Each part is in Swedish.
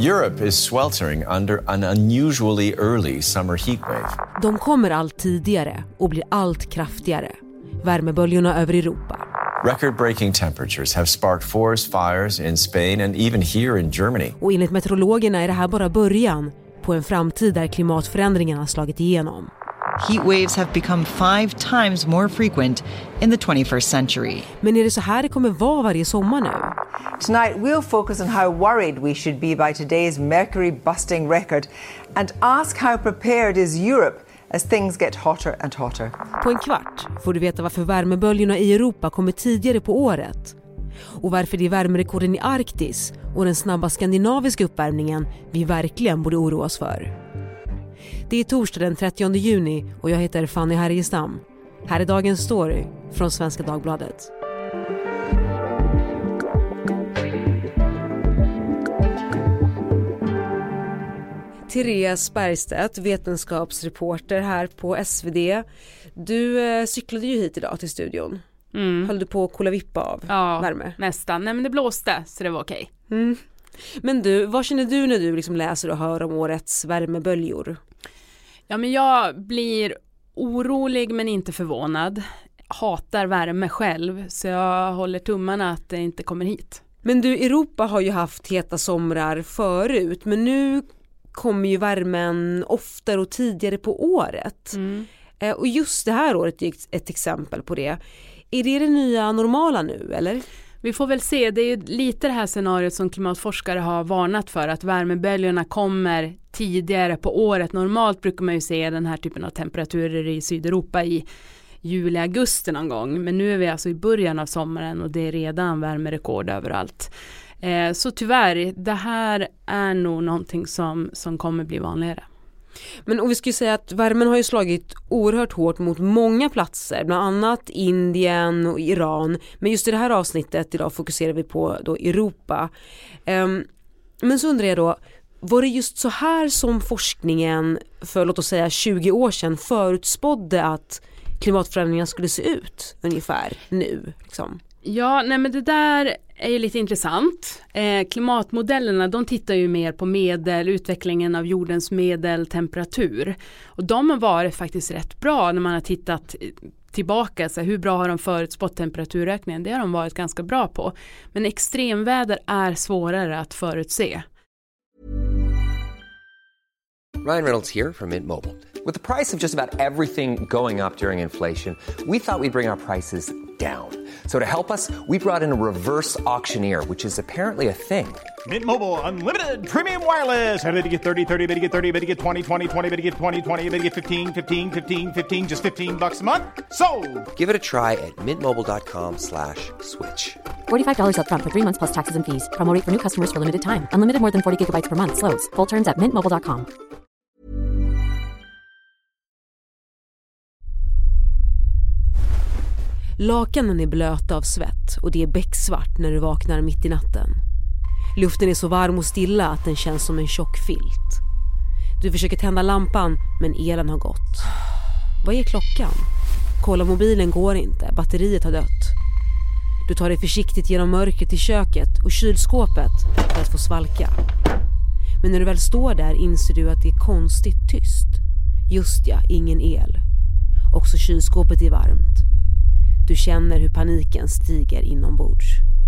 Europe is sweltering under an unusually early summer heatwave. De kommer allt tidigare och blir allt kraftigare. Värmeböljorna över Europa. Record-breaking temperatures have sparked forest fires in Spain and even here in Germany. Och enligt meteorologerna är det här bara början på en framtid där klimatförändringarna slagit igenom. Heat waves have become 5 times more frequent in the 21st century. Men är det så här det kommer vara varje sommar nu? Tonight we'll focus on how worried we should be by today's mercury-busting record and ask how prepared is Europe as things get hotter and hotter. På en kvart får du veta varför värmeböljorna i Europa kommer tidigare på året. Och varför det är värmerekorden i Arktis och den snabba skandinaviska uppvärmningen vi verkligen borde oroa oss för. Det är torsdag den 30 juni och jag heter Fanny Härgestam. Här är dagens story från Svenska Dagbladet. Therese Bergstedt, vetenskapsreporter här på SvD. Du cyklade ju hit idag till studion. Höll du på att kolla vippa av värme? Nästan. Nej, men det blåste så det var okej. Men du, vad känner du när du liksom läser och hör om årets värmeböljor? Ja, men jag blir orolig men inte förvånad. Hatar värme själv så jag håller tummarna att det inte kommer hit. Men du, Europa har ju haft heta somrar förut, men nu kommer ju värmen oftare och tidigare på året. Och just det här året är ett exempel på det. Är det nya normala nu, eller? Vi får väl se, det är ju lite det här scenariot som klimatforskare har varnat för, att värmeböljorna kommer tidigare på året. Normalt brukar man ju se den här typen av temperaturer i Sydeuropa i juli-augusti någon gång. Men nu är vi alltså i början av sommaren och det är redan värmerekord överallt. Så tyvärr, det här är nog någonting som kommer bli vanligare. Men om vi skulle säga att värmen har ju slagit oerhört hårt mot många platser, bland annat Indien och Iran. Men just i det här avsnittet idag fokuserar vi på då Europa. Men så undrar jag då, var det just så här som forskningen för låt oss säga 20 år sedan förutspådde att klimatförändringarna skulle se ut ungefär nu liksom? Ja, nej men det där är ju lite intressant. Klimatmodellerna, de tittar ju mer på utvecklingen av jordens medeltemperatur. Och de har varit faktiskt rätt bra när man har tittat tillbaka. Så hur bra har de förutspått temperaturökningen? Det har de varit ganska bra på. Men extremväder är svårare att förutse. Ryan Reynolds here from Mint Mobile. With the price of just about everything going up during inflation, we thought we'd bring our prices down. So to help us, we brought in a reverse auctioneer, which is apparently a thing. Mint Mobile Unlimited Premium Wireless. How to get 30, 30, bit to get 30, bit to get 20, 20, 20, bit to get 20, 20, bit to get 15, 15, 15, 15, just $15 a month? Sold! Give it a try at mintmobile.com/switch. $45 up front for 3 months plus taxes and fees. Promo rate for new customers for limited time. Unlimited more than 40 gigabytes per month. Slows full terms at mintmobile.com. Lakanen är blöta av svett och det är becksvart när du vaknar mitt i natten. Luften är så varm och stilla att den känns som en tjock filt. Du försöker tända lampan men elen har gått. Vad är klockan? Kolla, mobilen går inte, batteriet har dött. Du tar dig försiktigt genom mörkret till köket och kylskåpet för att få svalka. Men när du väl står där inser du att det är konstigt tyst. Just ja, ingen el. Också kylskåpet är varmt. Du känner hur paniken stiger inombords.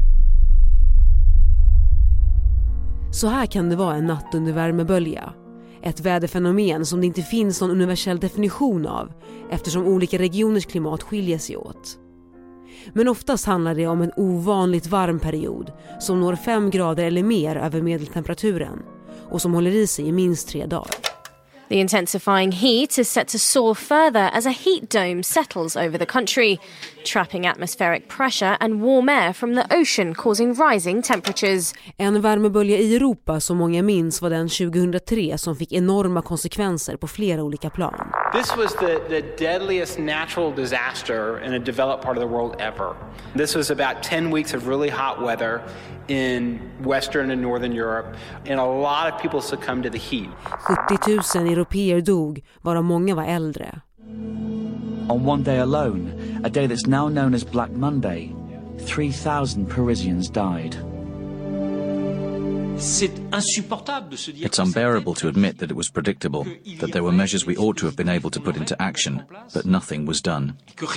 Så här kan det vara en natt under värmebölja. Ett väderfenomen som det inte finns någon universell definition av eftersom olika regioners klimat skiljer sig åt. Men oftast handlar det om en ovanligt varm period som når 5 grader eller mer över medeltemperaturen och som håller i sig i minst 3 dagar. The intensifying heat is set to soar further as a heat dome settles over the country, trapping atmospheric pressure and warm air from the ocean, causing rising temperatures. En värmebölja i Europa som många minns var den 2003 som fick enorma konsekvenser på flera olika plan. This was the deadliest natural disaster in a developed part of the world ever. This was about 10 weeks of really hot weather in Western and Northern Europe, and a lot of people succumbed to the heat. 70 000 europeer dog, varav många var äldre. On one day alone, a day that's now known as Black Monday, 3,000 Parisians died. It's unbearable to admit that it was predictable, that there were measures we ought to have been able to put into action, but nothing was done.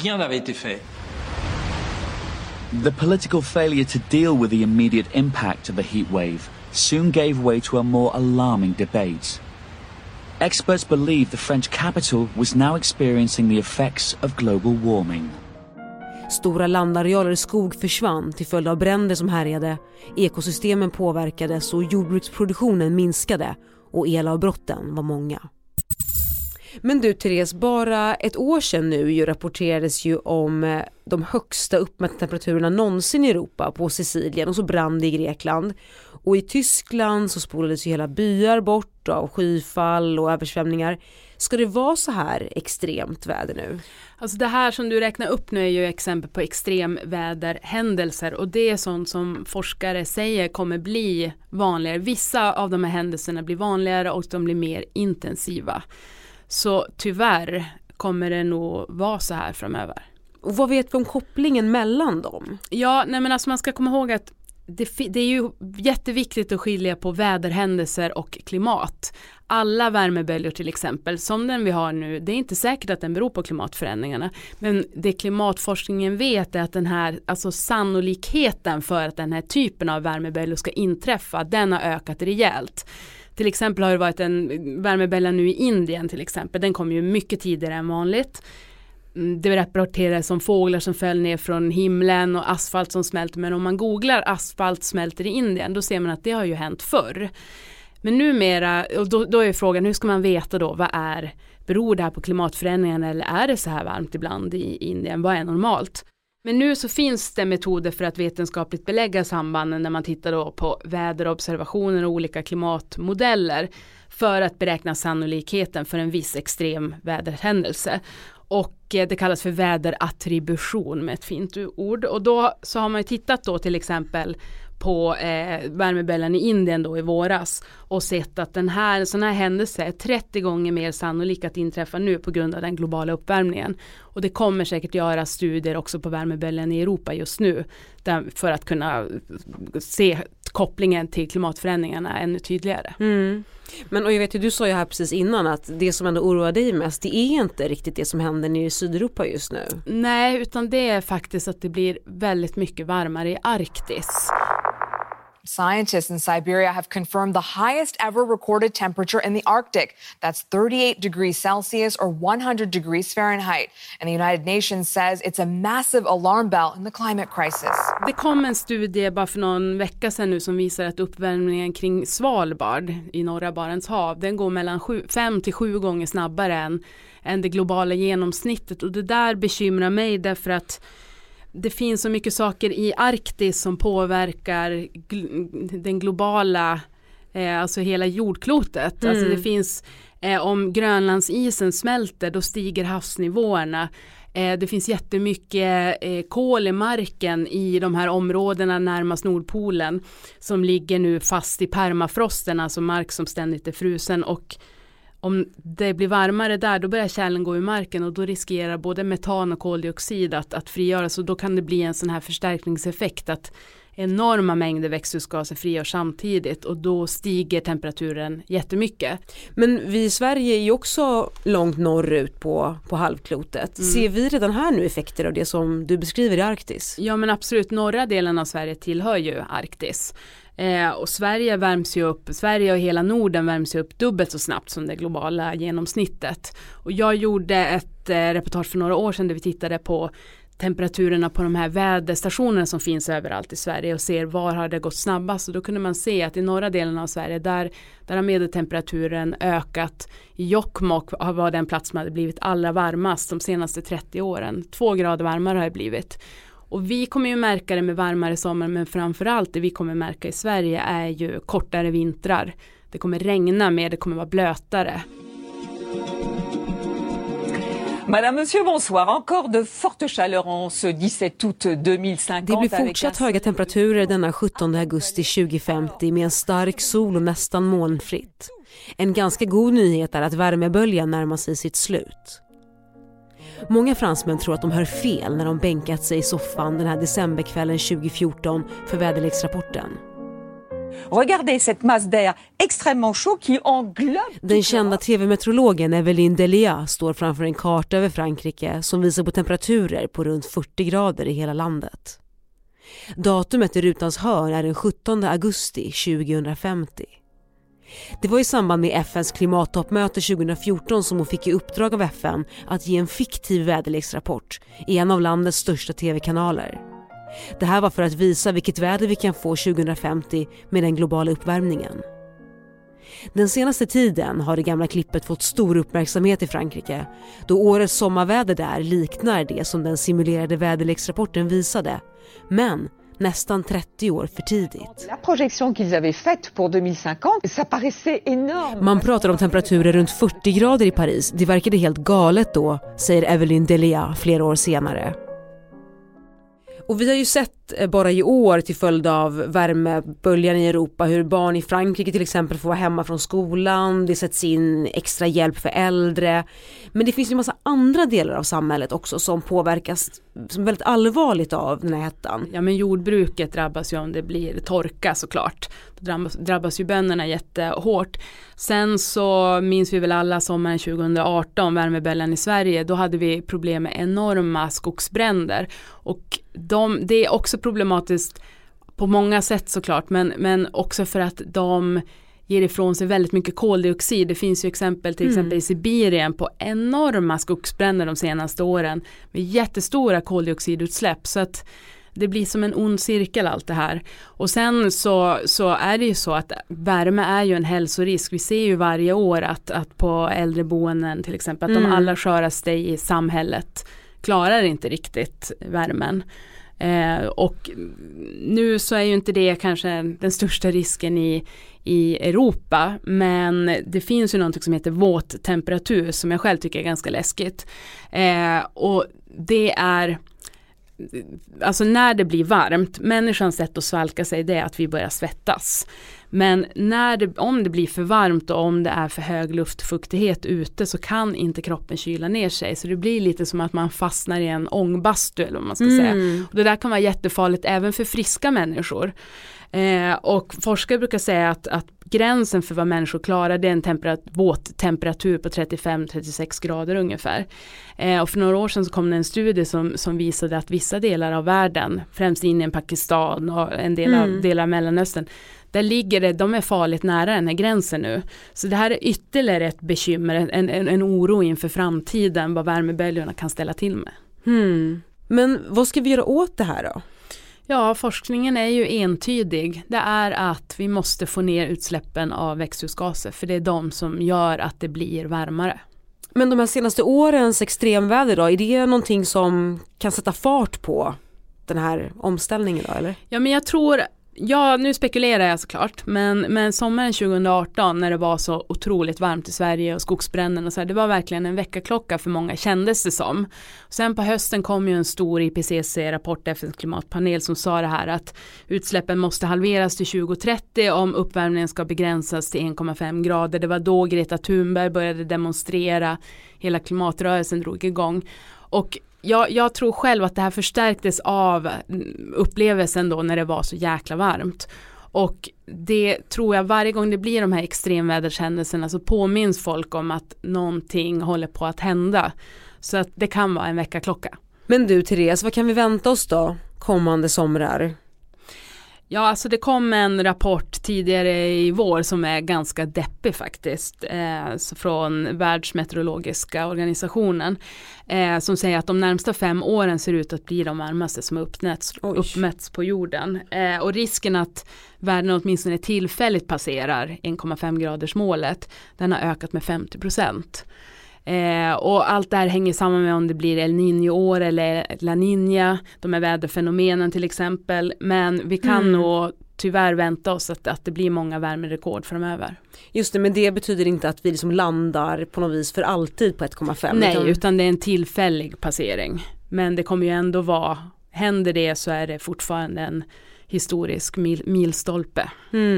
The political failure to deal with the immediate impact of the heat wave soon gave way to a more alarming debate. Experts believe the French capital was now experiencing the effects of global warming. Stora landarealer skog försvann till följd av bränder som härjade, ekosystemen påverkades och jordbruksproduktionen minskade och elavbrotten var många. Men du Therese, bara ett år sedan nu rapporterades ju om de högsta uppmätta temperaturerna någonsin i Europa på Sicilien och så brann det i Grekland. Och i Tyskland så spolades ju hela byar bort av skyfall och översvämningar. Ska det vara så här extremt väder nu? Alltså det här som du räknar upp nu är ju exempel på extremväderhändelser och det är sånt som forskare säger kommer bli vanligare. Vissa av de här händelserna blir vanligare och de blir mer intensiva. Så tyvärr kommer det nog vara så här framöver. Och vad vet vi om kopplingen mellan dem? Ja, nej men alltså man ska komma ihåg att det är ju jätteviktigt att skilja på väderhändelser och klimat. Alla värmeböljor till exempel, som den vi har nu, det är inte säkert att den beror på klimatförändringarna. Men det klimatforskningen vet är att den här, alltså sannolikheten för att den här typen av värmeböljor ska inträffa, den har ökat rejält. Till exempel har det varit en värmebölja nu i Indien till exempel, den kom ju mycket tidigare än vanligt. Det rapporteras om fåglar som föll ner från himlen och asfalt som smälter. Men om man googlar asfalt smälter i Indien, då ser man att det har ju hänt förr. Men numera, och då är frågan, hur ska man veta då, beror det här på klimatförändringarna eller är det så här varmt ibland i Indien? Vad är normalt? Men nu så finns det metoder för att vetenskapligt belägga sambanden när man tittar då på väderobservationer och olika klimatmodeller för att beräkna sannolikheten för en viss extrem väderhändelse. Och det kallas för väderattribution med ett fint ord. Och då så har man ju tittat då till exempel på värmeböljan i Indien då i våras och sett att sån här händelse är 30 gånger mer sannolik att inträffa nu på grund av den globala uppvärmningen. Och det kommer säkert göra studier också på värmeböljan i Europa just nu för att kunna se kopplingen till klimatförändringarna ännu tydligare. Mm. Men och jag vet ju, du sa ju här precis innan att det som ändå oroar dig mest, det är inte riktigt det som händer nere i Sydeuropa just nu. Nej, utan det är faktiskt att det blir väldigt mycket varmare i Arktis. Scientists in Siberia have confirmed the highest ever recorded temperature in the Arctic. That's 38 degrees Celsius or 100 degrees Fahrenheit. And the United Nations says it's a massive alarm bell in the climate crisis. Det kom en studie bara för någon vecka sedan nu som visar att uppvärmningen kring Svalbard i norra Barents hav, den går mellan 5 till 7 gånger snabbare än det globala genomsnittet. Och det där bekymrar mig därför att det finns så mycket saker i Arktis som påverkar den globala, alltså hela jordklotet. Mm. Alltså det finns, om Grönlandsisen smälter, då stiger havsnivåerna. Det finns jättemycket kol i marken i de här områdena närmast Nordpolen som ligger nu fast i permafrosten, alltså mark som ständigt är frusen, och om det blir varmare där, då börjar kärlen gå i marken och då riskerar både metan och koldioxid att frigöras, och då kan det bli en sån här förstärkningseffekt att enorma mängder växthusgaser frigörs samtidigt och då stiger temperaturen jättemycket. Men vi i Sverige är ju också långt norrut på halvklotet. Mm. Ser vi redan här nu effekter av det som du beskriver i Arktis? Ja, men absolut. Norra delen av Sverige tillhör ju Arktis. Och Sverige och hela Norden värms ju upp dubbelt så snabbt som det globala genomsnittet. Och jag gjorde ett reportage för några år sedan där vi tittade på temperaturerna på de här väderstationerna som finns överallt i Sverige och ser var har det gått snabbast. Och då kunde man se att i norra delen av Sverige där har medeltemperaturen ökat. I Jokkmokk var den plats som hade blivit allra varmast de senaste 30 åren. 2 grader varmare har det blivit. Och vi kommer ju märka det med varmare sommar, men framförallt det vi kommer märka i Sverige är ju kortare vintrar. Det kommer regna mer, det kommer vara blötare. Madame, monsieur, bonsoir. Encore de forte chaleur en ce 17 août 2050. Det blir fortsatt höga temperaturer denna 17 augusti 2050 med en stark sol och nästan molnfritt. En ganska god nyhet är att värmeböljan närmar sig sitt slut. Många fransmän tror att de hör fel när de bänkat sig i soffan den här decemberkvällen 2014 för väderleksrapporten. Regardez cette masse d'air extrêmement chaud qui englobe. Den kända tv-meteorologen Evelyne Delia står framför en karta över Frankrike som visar på temperaturer på runt 40 grader i hela landet. Datumet i rutans hörn är den 17 augusti 2050. Det var i samband med FNs klimattoppmöte 2014 som hon fick i uppdrag av FN att ge en fiktiv väderleksrapport i en av landets största tv-kanaler. Det här var för att visa vilket väder vi kan få 2050 med den globala uppvärmningen. Den senaste tiden har det gamla klippet fått stor uppmärksamhet i Frankrike, då årets sommarväder där liknar det som den simulerade väderleksrapporten visade, men nästan 30 år för tidigt. La projection qu'ils avaient faite pour 2050, ça paraissait énorme. Man pratar om temperaturer runt 40 grader i Paris. Det verkade helt galet då, säger Evelyne Delia flera år senare. Och vi har ju sett bara i år till följd av värmeböljan i Europa hur barn i Frankrike till exempel får vara hemma från skolan. Det sätts in extra hjälp för äldre. Men det finns ju en massa andra delar av samhället också som påverkas som väldigt allvarligt av den här hettan. Ja, men jordbruket drabbas ju om det blir torka såklart. Då drabbas ju bönderna jättehårt. Sen så minns vi väl alla sommaren 2018, värmeböljan i Sverige. Då hade vi problem med enorma skogsbränder. Och det är också problematiskt på många sätt såklart, men också för att de ger ifrån sig väldigt mycket koldioxid. Det finns ju exempel i Sibirien på enorma skogsbränder de senaste åren med jättestora koldioxidutsläpp, så att det blir som en ond cirkel allt det här. Och sen så är det ju så att värme är ju en hälsorisk. Vi ser ju varje år att på äldreboenden till exempel att de allra sköraste i samhället klarar inte riktigt värmen. Och nu så är ju inte det kanske den största risken i Europa, men det finns ju något som heter våttemperatur som jag själv tycker är ganska läskigt. Och det är alltså när det blir varmt, människans sätt att svalka sig, det är att vi börjar svettas. Men om det blir för varmt och om det är för hög luftfuktighet ute så kan inte kroppen kyla ner sig. Så det blir lite som att man fastnar i en ångbastu eller vad man ska säga. Och det där kan vara jättefarligt även för friska människor. Och forskare brukar säga att gränsen för vad människor klarar det är en våttemperatur på 35-36 grader ungefär. Och för några år sedan så kom det en studie som visade att vissa delar av världen, främst Indien, Pakistan och en del av Mellanöstern, där ligger de är farligt nära den här gränsen nu. Så det här är ytterligare ett bekymmer, en oro inför framtiden, vad värmeböljorna kan ställa till med. Men vad ska vi göra åt det här då? Ja, forskningen är ju entydig. Det är att vi måste få ner utsläppen av växthusgaser, för det är de som gör att det blir varmare. Men de här senaste årens extremväder då, är det någonting som kan sätta fart på den här omställningen då, eller? Ja, men jag tror... Ja, nu spekulerar jag såklart, men sommaren 2018 när det var så otroligt varmt i Sverige och skogsbränden och så här, det var verkligen en väckarklocka för många, kändes det som. Sen på hösten kom ju en stor IPCC-rapport, FNs klimatpanel, som sa det här att utsläppen måste halveras till 2030 om uppvärmningen ska begränsas till 1,5 grader. Det var då Greta Thunberg började demonstrera, hela klimatrörelsen drog igång. Och jag tror själv att det här förstärktes av upplevelsen då när det var så jäkla varmt. Och det tror jag varje gång det blir de här extremvädershändelserna så påminns folk om att någonting håller på att hända. Så att det kan vara en väckarklocka. Men du Therese, vad kan vi vänta oss då kommande somrar? Ja, alltså det kom en rapport tidigare i vår som är ganska deppig faktiskt, från Världsmeteorologiska organisationen, som säger att de närmsta 5 åren ser ut att bli de varmaste som uppmätts på jorden. Och risken att världen åtminstone tillfälligt passerar 1,5 graders målet, den har ökat med 50%. Och allt det här hänger samman med om det blir El Niño-år eller La Niña, de här väderfenomenen till exempel. Men vi kan nog tyvärr vänta oss att det blir många värmerekord framöver. Just det, men det betyder inte att vi liksom landar på något vis för alltid på 1,5? Nej, utan det är en tillfällig passering. Men det kommer ju ändå vara, händer det så är det fortfarande en historisk milstolpe.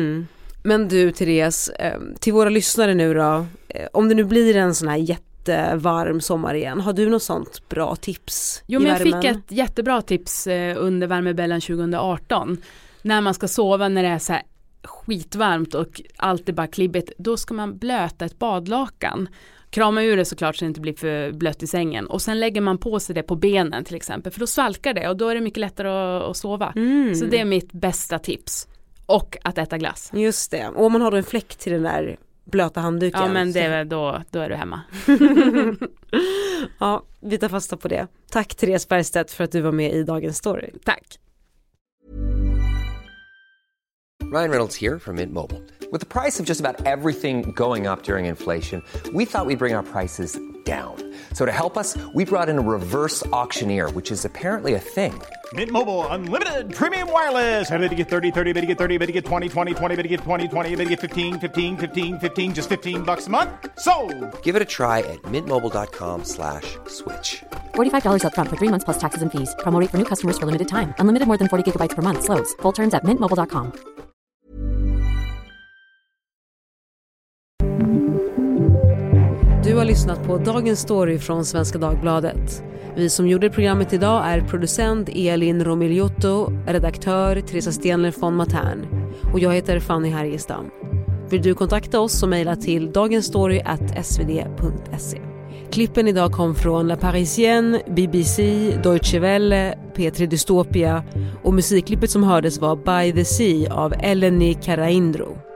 Men du Therese, till våra lyssnare nu då, om det nu blir en sån här jättevarm sommar igen, har du något sånt bra tips? Jo, men jag fick ett jättebra tips under värmeböljan 2018. När man ska sova när det är så här skitvarmt och allt är bara klibbigt, då ska man blöta ett badlakan. Krama ur det såklart så det inte blir för blött i sängen. Och sen lägger man på sig det på benen till exempel. För då svalkar det och då är det mycket lättare att sova. Så det är mitt bästa tips. Och att äta glass. Just det. Och om man har en fläck till den där blöta handduken. Ja, men det är väl då är du hemma. Ja, vi tar fasta på det. Tack Therese Bergstedt för att du var med i Dagens Story. Tack. Ryan Reynolds here from Mint Mobile. With the price of just about everything going up during inflation, we thought we'd bring our prices down. So to help us, we brought in a reverse auctioneer, which is apparently a thing. Mint Mobile Unlimited Premium Wireless. How to get 30, 30, bit to get 30, bit to get 20, 20, 20, bit to get 20, 20, bit to get 15, 15, 15, 15, just $15 a month? Sold! Give it a try at mintmobile.com/switch. $45 up front for 3 months plus taxes and fees. Promo rate for new customers for limited time. Unlimited more than 40 gigabytes per month. Slows full terms at mintmobile.com. Du har lyssnat på Dagens Story från Svenska Dagbladet. Vi som gjorde programmet idag är producent Elin Romigliotto, redaktör Teresa Stenler von Matern och jag heter Fanny Härgestam. Vill du kontakta oss så mejla till dagensstory@svd.se. Klippen idag kom från La Parisienne, BBC, Deutsche Welle, P3 Dystopia och musikklippet som hördes var By the Sea av Eleni Karaindro.